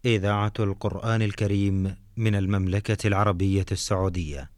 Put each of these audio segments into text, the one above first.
إذاعة القرآن الكريم من المملكة العربية السعودية.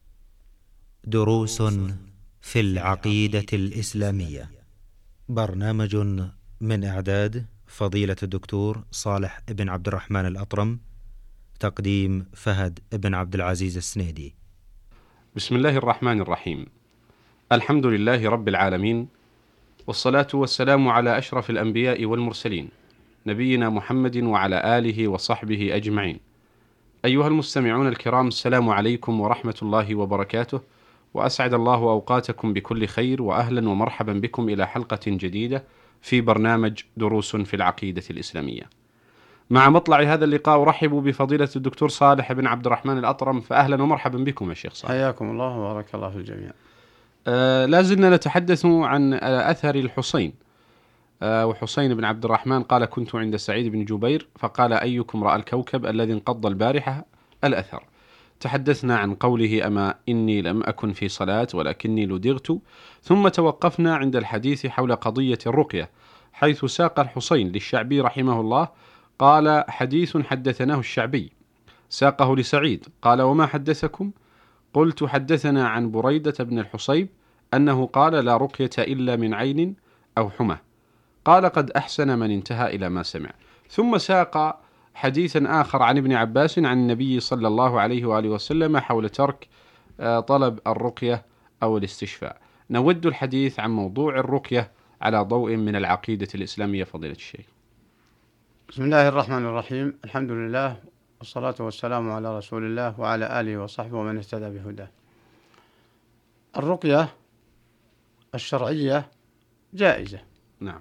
دروس في العقيدة الإسلامية. برنامج من إعداد فضيلة الدكتور صالح بن عبد الرحمن الأطرم. تقديم فهد بن عبد العزيز السنيدي. بسم الله الرحمن الرحيم. الحمد لله رب العالمين، والصلاة والسلام على أشرف الأنبياء والمرسلين، نبينا محمد وعلى آله وصحبه أجمعين. أيها المستمعون الكرام، السلام عليكم ورحمة الله وبركاته، وأسعد الله أوقاتكم بكل خير، وأهلا ومرحبا بكم إلى حلقة جديدة في برنامج دروس في العقيدة الإسلامية. مع مطلع هذا اللقاء أرحب بفضيلة الدكتور صالح بن عبد الرحمن الأطرم، فأهلا ومرحبا بكم يا شيخ صالح. حياكم الله وبارك الله في الجميع. لازلنا نتحدث عن أثر الحسين، وحسين بن عبد الرحمن قال: كنت عند سعيد بن جبير فقال: أيكم رأى الكوكب الذي انقض البارحة؟ الأثر. تحدثنا عن قوله: أما إني لم أكن في صلاة ولكني لدغت، ثم توقفنا عند الحديث حول قضية الرقية، حيث ساق الحسين للشعبي رحمه الله قال: حديث حدثناه الشعبي. ساقه لسعيد قال: وما حدثكم؟ قلت: حدثنا عن بريدة بن الحصيب أنه قال: لا رقية إلا من عين أو حمى. قال: قد أحسن من انتهى إلى ما سمع. ثم ساق حديثا آخر عن ابن عباس عن النبي صلى الله عليه وآله وسلم حول ترك طلب الرقية أو الاستشفاء. نود الحديث عن موضوع الرقية على ضوء من العقيدة الإسلامية، فضيلة الشيخ. بسم الله الرحمن الرحيم. الحمد لله والصلاة والسلام على رسول الله وعلى آله وصحبه ومن اهتدى بهداه. الرقية الشرعية جائزة، نعم،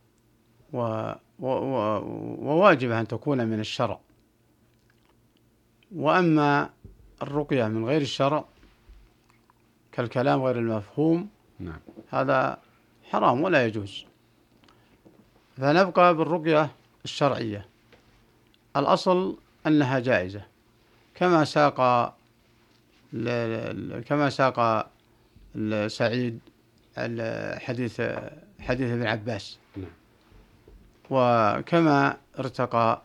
وواجب أن تكون من الشرع. وأما الرقية من غير الشرع كالكلام غير المفهوم، نعم، هذا حرام ولا يجوز. فنبقى بالرقية الشرعية. الأصل أنها جائزة، كما ساق سعيد حديث ابن عباس، وكما ارتقى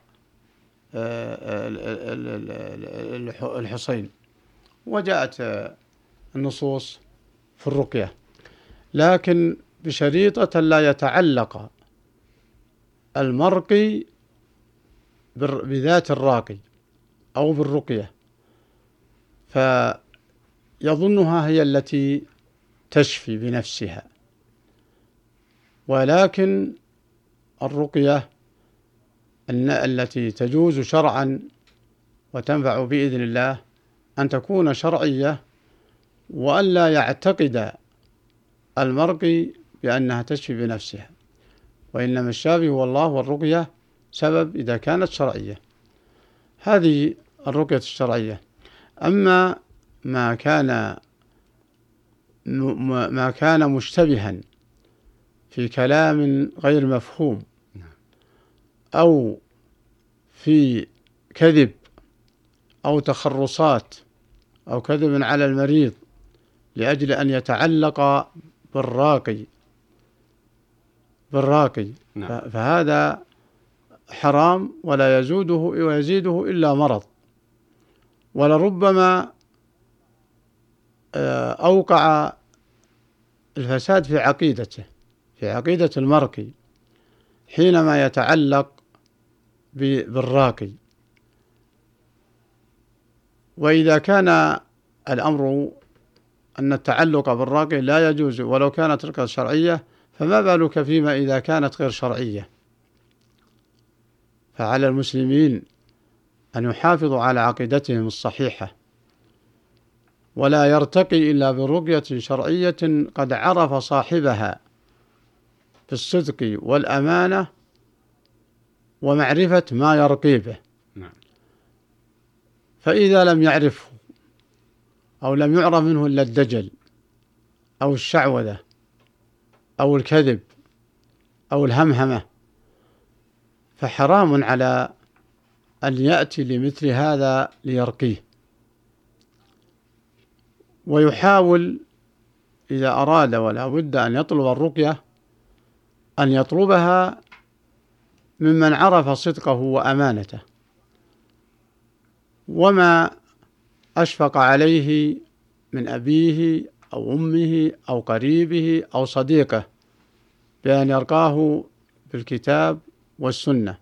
الحسين، وجاءت النصوص في الرقية، لكن بشريطة لا يتعلق المرقي بذات الراقي أو بالرقية، فيظنها هي التي تشفي بنفسها. ولكن الرقية التي تجوز شرعا وتنفع بإذن الله أن تكون شرعية، وأن لا يعتقد المرقي بأنها تشفي بنفسها، وإنما الشافي هو الله، والرقية سبب إذا كانت شرعية. هذه الرقية الشرعية. أما ما كان مشتبها في كلام غير مفهوم، أو في كذب أو تخرصات أو كذب على المريض لأجل أن يتعلق بالراقي، فهذا حرام ولا يزيده إلا مرض، ولربما أوقع الفساد في عقيدة المرقي حينما يتعلق بالراقي. وإذا كان الأمر أن التعلق بالراقي لا يجوز ولو كانت رقية شرعية، فما بالك فيما إذا كانت غير شرعية؟ فعلى المسلمين أن يحافظوا على عقيدتهم الصحيحة، ولا يرتقي إلا برقية شرعية قد عرف صاحبها بالصدق والأمانة ومعرفة ما يرقي به. فإذا لم يعرفه أو لم يعرف منه إلا الدجل أو الشعوذة أو الكذب أو الهمهمة، فحرام على أن يأتي لمثل هذا ليرقيه. ويحاول إذا أراد ولا بد أن يطلب الرقية أن يطلبها ممن عرف صدقه وأمانته، وما أشفق عليه من أبيه أو أمه أو قريبه أو صديقه بأن يرقاه بالكتاب والسنة.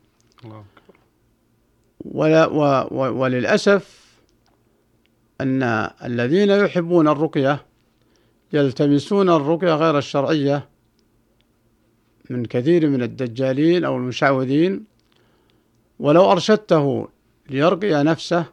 وللأسف أن الذين يحبون الرقية يلتمسون الرقية غير الشرعية من كثير من الدجالين أو المشعوذين، ولو أرشدته ليرقي نفسه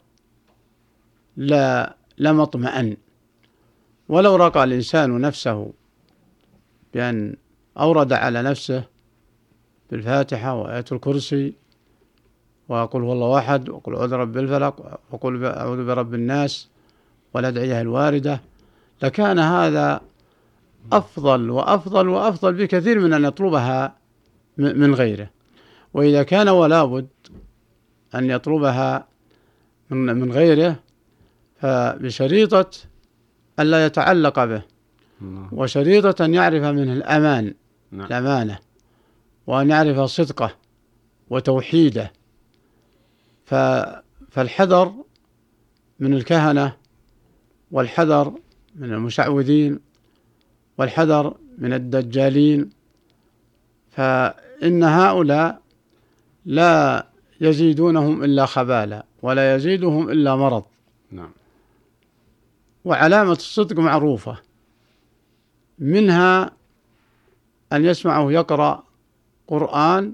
لم اطمئن. ولو رقى الإنسان نفسه بأن أورد على نفسه بالفاتحة وآية الكرسي وقل هو الله أحد وقل أعوذ برب الفلق وقل أعوذ برب الناس والأدعية الواردة، لكان هذا أفضل وأفضل وأفضل بكثير من أن يطلبها من غيره. وإذا كان ولا بد أن يطلبها من غيره فبشريطة ألا يتعلق به، وشريطة أن يعرف منه الأمانة، وأن يعرف صدقه وتوحيده. فالحذر من الكهنة، والحذر من المشعوذين، والحذر من الدجالين، فإن هؤلاء لا يزيدونهم إلا خبالا ولا يزيدهم إلا مرض. نعم. وعلامة الصدق معروفة، منها أن يسمعه يقرأ قرآن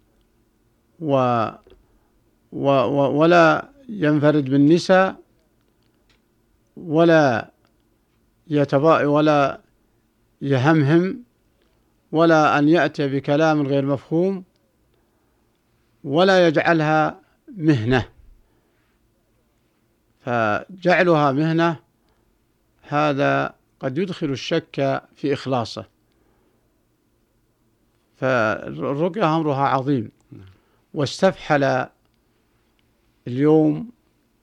ولا ينفرد بالنساء ولا ولا يهمهم، ولا أن يأتي بكلام غير مفهوم، ولا يجعلها مهنة. فجعلها مهنة هذا قد يدخل الشك في إخلاصه. فالرقية أمرها عظيم، واستفحل اليوم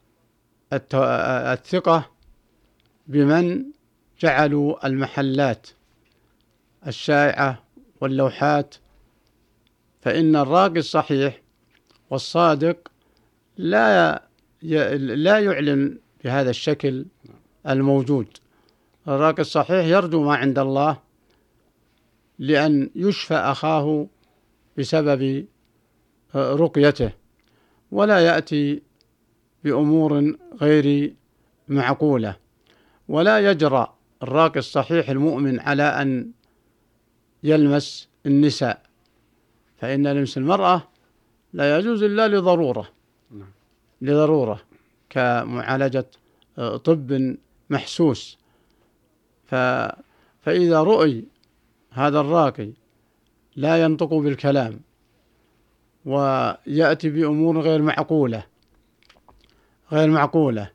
الثقة بمن جعلوا المحلات الشائعة واللوحات. فإن الراقي الصحيح والصادق لا يعلن بهذا الشكل الموجود. الراقي الصحيح يرجو ما عند الله لأن يشفى أخاه بسبب رقيته، ولا يأتي بأمور غير معقولة، ولا يجرأ الراقي الصحيح المؤمن على أن يلمس النساء، فإن لمس المرأة لا يجوز إلا لضرورة كمعالجة طب محسوس. فإذا رؤي هذا الراقي لا ينطق بالكلام ويأتي بأمور غير معقولة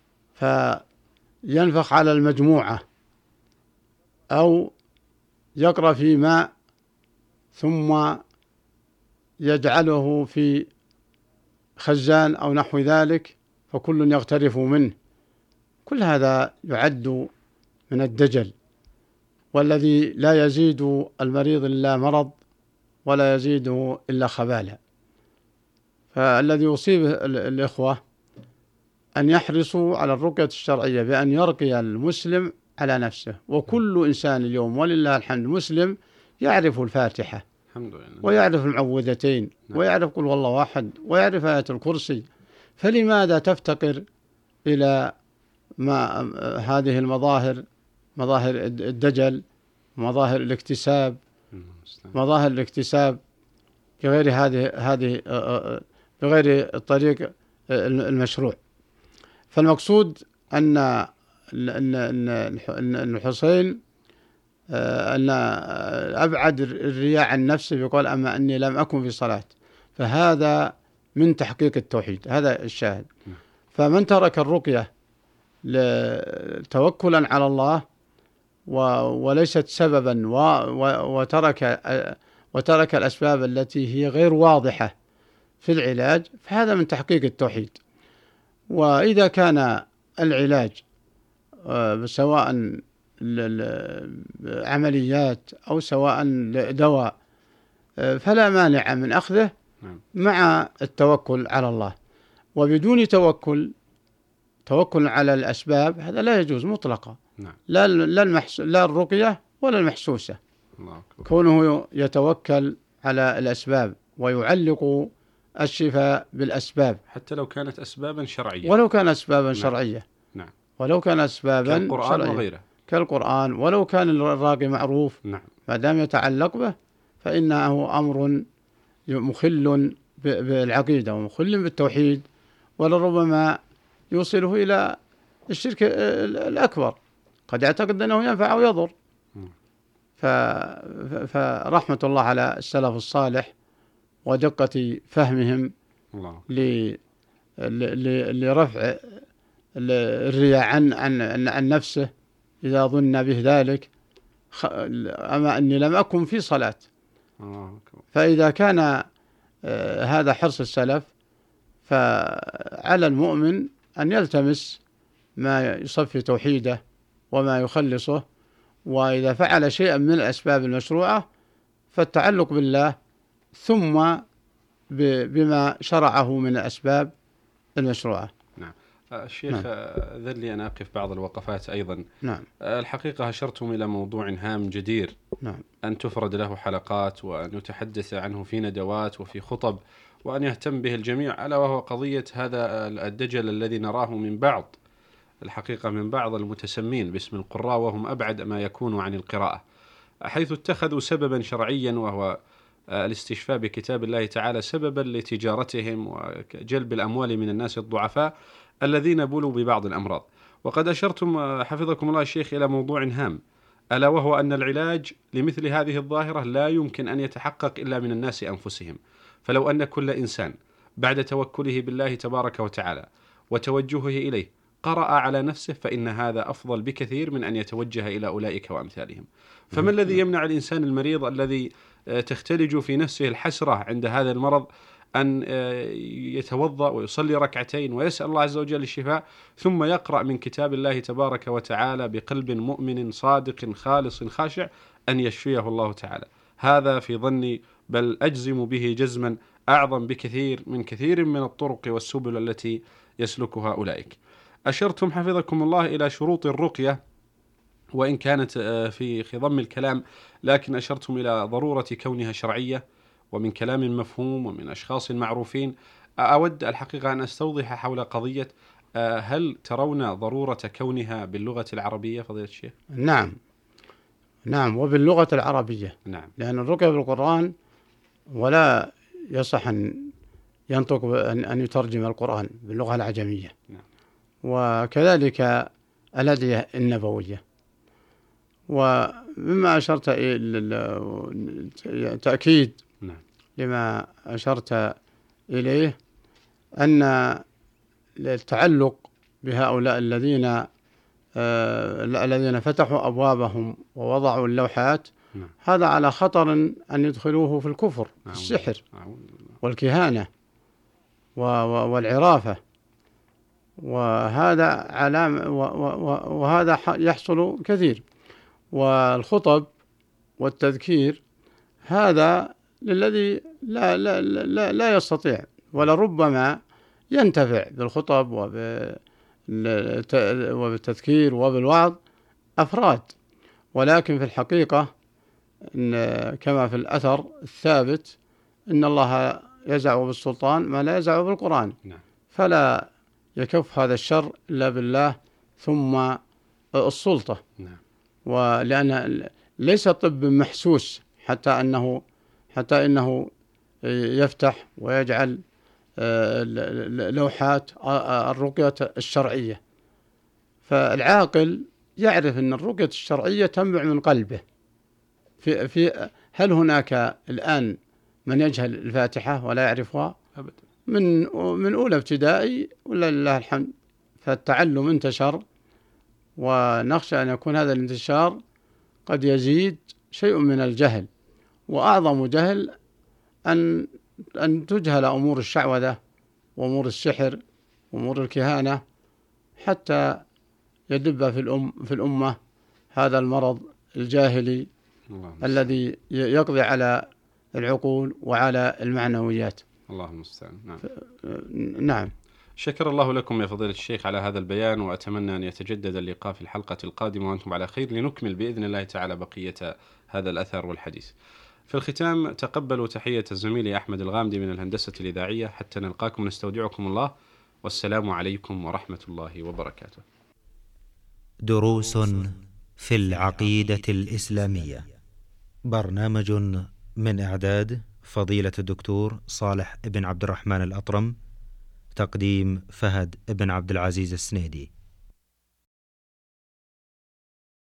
فينفخ على المجموعة أو يقرأ في ماء ثم يجعله في خزان أو نحو ذلك فكل يغترف منه، كل هذا يعد من الدجل، والذي لا يزيد المريض إلا مرض ولا يزيده إلا خبالا. فالذي يصيب الإخوة أن يحرصوا على الرقية الشرعية بأن يرقي المسلم على نفسه. وكل إنسان اليوم ولله الحمد مسلم يعرف الفاتحة الحمد لله، ويعرف المعوذتين، ويعرف قل والله أحد، ويعرف آية الكرسي. فلماذا تفتقر إلى هذه المظاهر، مظاهر الدجل، مظاهر الاكتساب بغير هذه بغير الطريق المشروع؟ فالمقصود أن الحسين أن أبعد الرياء عن نفسه يقول أما أني لم أكن في صلاة، فهذا من تحقيق التوحيد، هذا الشاهد. فمن ترك الرقية توكلا على الله وليست سببا وترك الأسباب التي هي غير واضحة في العلاج، فهذا من تحقيق التوحيد. وإذا كان العلاج سواء عمليات أو سواء دواء فلا مانع من أخذه مع التوكل على الله. وبدون توكل توكل على الأسباب هذا لا يجوز مطلقا. نعم. لا الرقية ولا المحسوسة. الله أكبر. كونه يتوكل على الأسباب ويعلق الشفاء بالأسباب حتى لو كانت أسبابا شرعية. ولو كان أسبابا نعم. شرعية. نعم. ولو كان أسبابا كالقرآن شرعية وغيره. كالقرآن، ولو كان الراقي معروف. نعم. ما دام يتعلق به فإنه أمر مخل بالعقيدة ومخل بالتوحيد، ولربما يوصله إلى الشرك الأكبر، قد يعتقد أنه ينفع أو يضر. فرحمة الله على السلف الصالح ودقة فهمهم لرفع الرياء عن نفسه إذا ظن به ذلك، أما أني لم أكن في صلاة. فإذا كان هذا حرص السلف، فعلى المؤمن أن يلتمس ما يصفي توحيده وما يخلصه، وإذا فعل شيئا من الأسباب المشروعة فالتعلق بالله ثم بما شرعه من الأسباب المشروعة. نعم. الشيخ ذلي أن أقف بعض الوقفات أيضا. نعم. الحقيقة أشرتم إلى موضوع هام جدير. نعم. أن تفرد له حلقات وأن يتحدث عنه في ندوات وفي خطب وأن يهتم به الجميع، ألا وهو قضية هذا الدجل الذي نراه من بعض المتسمين باسم القراء وهم أبعد ما يكون عن القراءة، حيث اتخذوا سببا شرعيا وهو الاستشفاء بكتاب الله تعالى سببا لتجارتهم وجلب الأموال من الناس الضعفاء الذين بلوا ببعض الأمراض. وقد أشرتم حفظكم الله الشيخ إلى موضوع هام، ألا وهو أن العلاج لمثل هذه الظاهرة لا يمكن أن يتحقق إلا من الناس أنفسهم. فلو أن كل إنسان بعد توكله بالله تبارك وتعالى وتوجهه إليه قرأ على نفسه فإن هذا أفضل بكثير من أن يتوجه إلى أولئك وأمثالهم. فما الذي يمنع الإنسان المريض الذي تختلج في نفسه الحسرة عند هذا المرض أن يتوضأ ويصلي ركعتين ويسأل الله عز وجل الشفاء، ثم يقرأ من كتاب الله تبارك وتعالى بقلب مؤمن صادق خالص خاشع أن يشفيه الله تعالى؟ هذا في ظني، بل أجزم به جزما، أعظم بكثير من الطرق والسبل التي يسلكها أولئك. أشرتم حفظكم الله إلى شروط الرقية وإن كانت في خضم الكلام، لكن أشرتم إلى ضرورة كونها شرعية ومن كلام مفهوم ومن أشخاص معروفين. أود الحقيقة أن أستوضح حول قضية هل ترون ضرورة كونها باللغة العربية فضيلة الشيخ؟ نعم وباللغة العربية. نعم. لأن الرقية بالقرآن ولا يصح أن ينطق أن يترجم القرآن باللغة العجمية. نعم. وكذلك الأدعية النبوية. ومما أشرت إلى تأكيد لما أشرت إليه أن التعلق بهؤلاء الذين فتحوا أبوابهم ووضعوا اللوحات هذا على خطر أن يدخلوه في الكفر، السحر والكهانة والعرافة، وهذا علامة وهذا يحصل كثير. والخطب والتذكير هذا للذي لا يستطيع، ولربما ينتفع بالخطب وبالتذكير وبالوعظ أفراد، ولكن في الحقيقة كما في الأثر الثابت إن الله يزع بالسلطان ما لا يزع بالقرآن. فلا يكف هذا الشر إلا بالله ثم السلطة. ولأن ليس طب محسوس حتى إنه يفتح ويجعل لوحات الرقية الشرعية. فالعاقل يعرف أن الرقية الشرعية تنبع من قلبه. هل هناك الآن من يجهل الفاتحة ولا يعرفها؟ من أولى ابتدائي ولا لله الحمد. فالتعلم انتشر، ونخشى أن يكون هذا الانتشار قد يزيد شيء من الجهل، وأعظم جهل أن تجهل أمور الشعوذة وأمور السحر وأمور الكهانة حتى يدب في الأمة هذا المرض الجاهلي الذي يقضي على العقول وعلى المعنويات. الله المستعان. نعم. شكر الله لكم يا فضيلة الشيخ على هذا البيان، وأتمنى أن يتجدد اللقاء في الحلقة القادمة وأنتم على خير لنكمل بإذن الله تعالى بقية هذا الأثر والحديث. في الختام تقبلوا تحية الزميل أحمد الغامدي من الهندسة الإذاعية، حتى نلقاكم نستودعكم الله، والسلام عليكم ورحمة الله وبركاته. دروس في العقيدة الإسلامية، برنامج من إعداد فضيلة الدكتور صالح بن عبد الرحمن الأطرم، تقديم فهد بن عبد العزيز السنيدي.